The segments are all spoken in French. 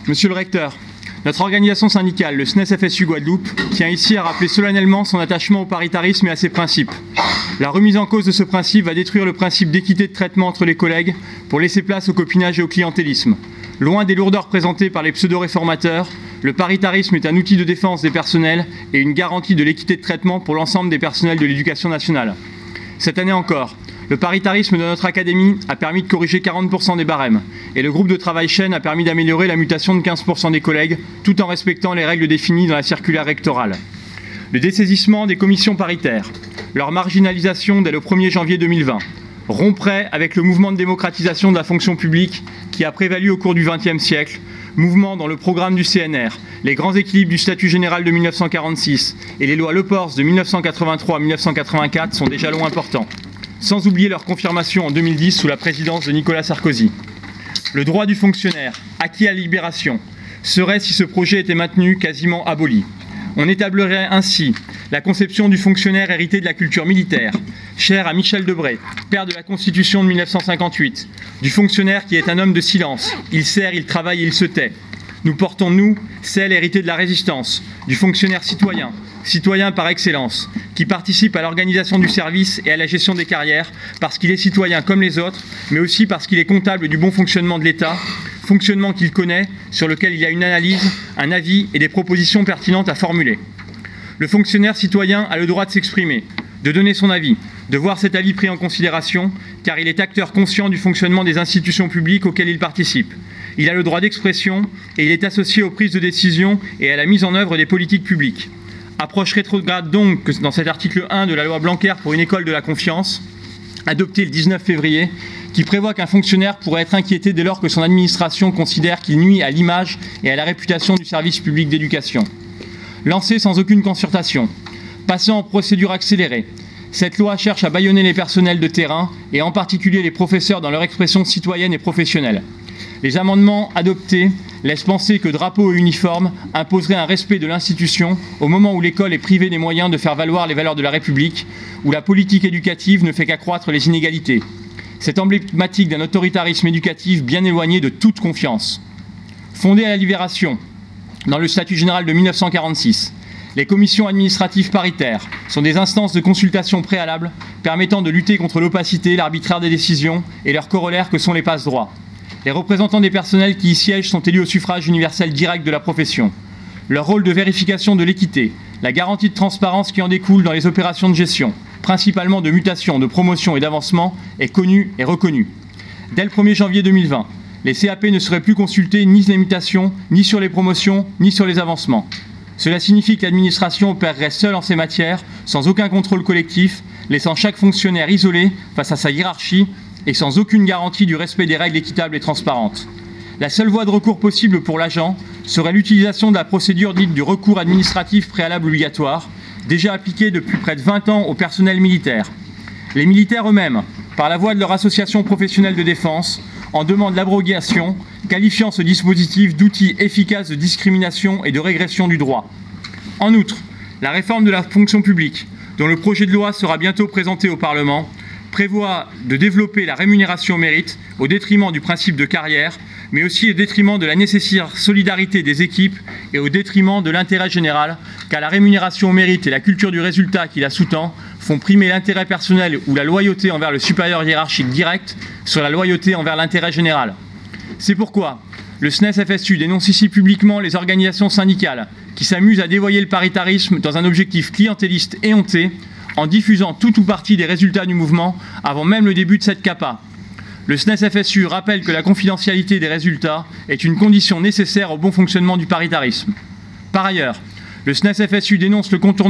Monsieur le recteur, notre organisation syndicale, le SNES-FSU Guadeloupe, tient ici à rappeler solennellement son attachement au paritarisme et à ses principes. La remise en cause de ce principe va détruire le principe d'équité de traitement entre les collègues pour laisser place au copinage et au clientélisme. Loin des lourdeurs présentées par les pseudo-réformateurs, le paritarisme est un outil de défense des personnels et une garantie de l'équité de traitement pour l'ensemble des personnels de l'éducation nationale. Cette année encore, le paritarisme de notre académie a permis de corriger 40% des barèmes et le groupe de travail chaîne a permis d'améliorer la mutation de 15% des collègues tout en respectant les règles définies dans la circulaire rectorale. Le dessaisissement des commissions paritaires, leur marginalisation dès le 1er janvier 2020, romprait avec le mouvement de démocratisation de la fonction publique qui a prévalu au cours du XXe siècle, mouvement dont le programme du CNR, les grands équilibres du statut général de 1946 et les lois Lepors de 1983 à 1984 sont déjà loin importants. Sans oublier leur confirmation en 2010 sous la présidence de Nicolas Sarkozy. Le droit du fonctionnaire, acquis à la Libération, serait, si ce projet était maintenu, quasiment aboli. On établirait ainsi la conception du fonctionnaire hérité de la culture militaire, chère à Michel Debré, père de la Constitution de 1958, du fonctionnaire qui est un homme de silence, il sert, il travaille, il se tait. Nous portons, nous, celle héritée de la résistance, du fonctionnaire citoyen, citoyen par excellence, qui participe à l'organisation du service et à la gestion des carrières, parce qu'il est citoyen comme les autres, mais aussi parce qu'il est comptable du bon fonctionnement de l'État, fonctionnement qu'il connaît, sur lequel il y a une analyse, un avis et des propositions pertinentes à formuler. Le fonctionnaire citoyen a le droit de s'exprimer, de donner son avis, de voir cet avis pris en considération, car il est acteur conscient du fonctionnement des institutions publiques auxquelles il participe. Il a le droit d'expression et il est associé aux prises de décision et à la mise en œuvre des politiques publiques. Approche rétrograde donc que dans cet article 1 de la loi Blanquer pour une école de la confiance, adoptée le 19 février, qui prévoit qu'un fonctionnaire pourrait être inquiété dès lors que son administration considère qu'il nuit à l'image et à la réputation du service public d'éducation. Lancée sans aucune concertation, passant en procédure accélérée, cette loi cherche à bâillonner les personnels de terrain et en particulier les professeurs dans leur expression citoyenne et professionnelle. Les amendements adoptés laissent penser que drapeau et uniforme imposeraient un respect de l'institution au moment où l'école est privée des moyens de faire valoir les valeurs de la République, où la politique éducative ne fait qu'accroître les inégalités. C'est emblématique d'un autoritarisme éducatif bien éloigné de toute confiance. Fondées à la Libération, dans le statut général de 1946, les commissions administratives paritaires sont des instances de consultation préalables permettant de lutter contre l'opacité, l'arbitraire des décisions et leurs corollaires que sont les passe-droits. Les représentants des personnels qui y siègent sont élus au suffrage universel direct de la profession. Leur rôle de vérification de l'équité, la garantie de transparence qui en découle dans les opérations de gestion, principalement de mutation, de promotion et d'avancement, est connu et reconnu. Dès le 1er janvier 2020, les CAP ne seraient plus consultés ni les mutations, ni sur les promotions, ni sur les avancements. Cela signifie que l'administration opérerait seule en ces matières, sans aucun contrôle collectif, laissant chaque fonctionnaire isolé face à sa hiérarchie et sans aucune garantie du respect des règles équitables et transparentes. La seule voie de recours possible pour l'agent serait l'utilisation de la procédure dite du recours administratif préalable obligatoire, déjà appliquée depuis près de 20 ans au personnel militaire. Les militaires eux-mêmes, par la voie de leur association professionnelle de défense, en demandent l'abrogation, qualifiant ce dispositif d'outil efficace de discrimination et de régression du droit. En outre, la réforme de la fonction publique, dont le projet de loi sera bientôt présenté au Parlement, prévoit de développer la rémunération au mérite au détriment du principe de carrière, mais aussi au détriment de la nécessaire solidarité des équipes et au détriment de l'intérêt général, car la rémunération au mérite et la culture du résultat qui la sous-tend font primer l'intérêt personnel ou la loyauté envers le supérieur hiérarchique direct sur la loyauté envers l'intérêt général. C'est pourquoi le SNES-FSU dénonce ici publiquement les organisations syndicales qui s'amusent à dévoyer le paritarisme dans un objectif clientéliste éhonté, en diffusant tout ou partie des résultats du mouvement avant même le début de cette CAPA. Le SNES-FSU rappelle que la confidentialité des résultats est une condition nécessaire au bon fonctionnement du paritarisme. Par ailleurs, le SNES-FSU dénonce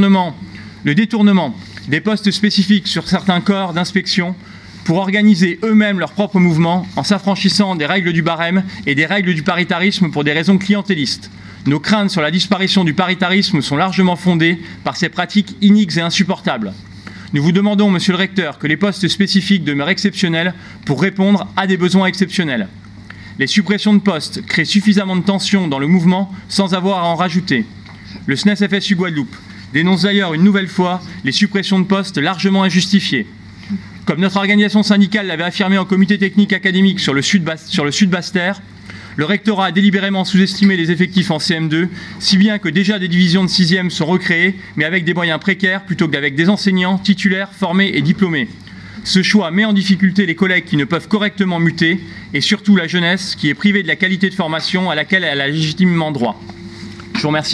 le détournement des postes spécifiques sur certains corps d'inspection pour organiser eux-mêmes leur propre mouvement en s'affranchissant des règles du barème et des règles du paritarisme pour des raisons clientélistes. Nos craintes sur la disparition du paritarisme sont largement fondées par ces pratiques iniques et insupportables. Nous vous demandons, monsieur le recteur, que les postes spécifiques demeurent exceptionnels pour répondre à des besoins exceptionnels. Les suppressions de postes créent suffisamment de tensions dans le mouvement sans avoir à en rajouter. Le SNES-FSU Guadeloupe dénonce d'ailleurs une nouvelle fois les suppressions de postes largement injustifiées. Comme notre organisation syndicale l'avait affirmé en comité technique académique sur le Sud Basse-Terre, Le rectorat a délibérément sous-estimé les effectifs en CM2, si bien que déjà des divisions de 6e sont recréées, mais avec des moyens précaires plutôt qu'avec des enseignants titulaires, formés et diplômés. Ce choix met en difficulté les collègues qui ne peuvent correctement muter, et surtout la jeunesse qui est privée de la qualité de formation à laquelle elle a légitimement droit. Je vous remercie.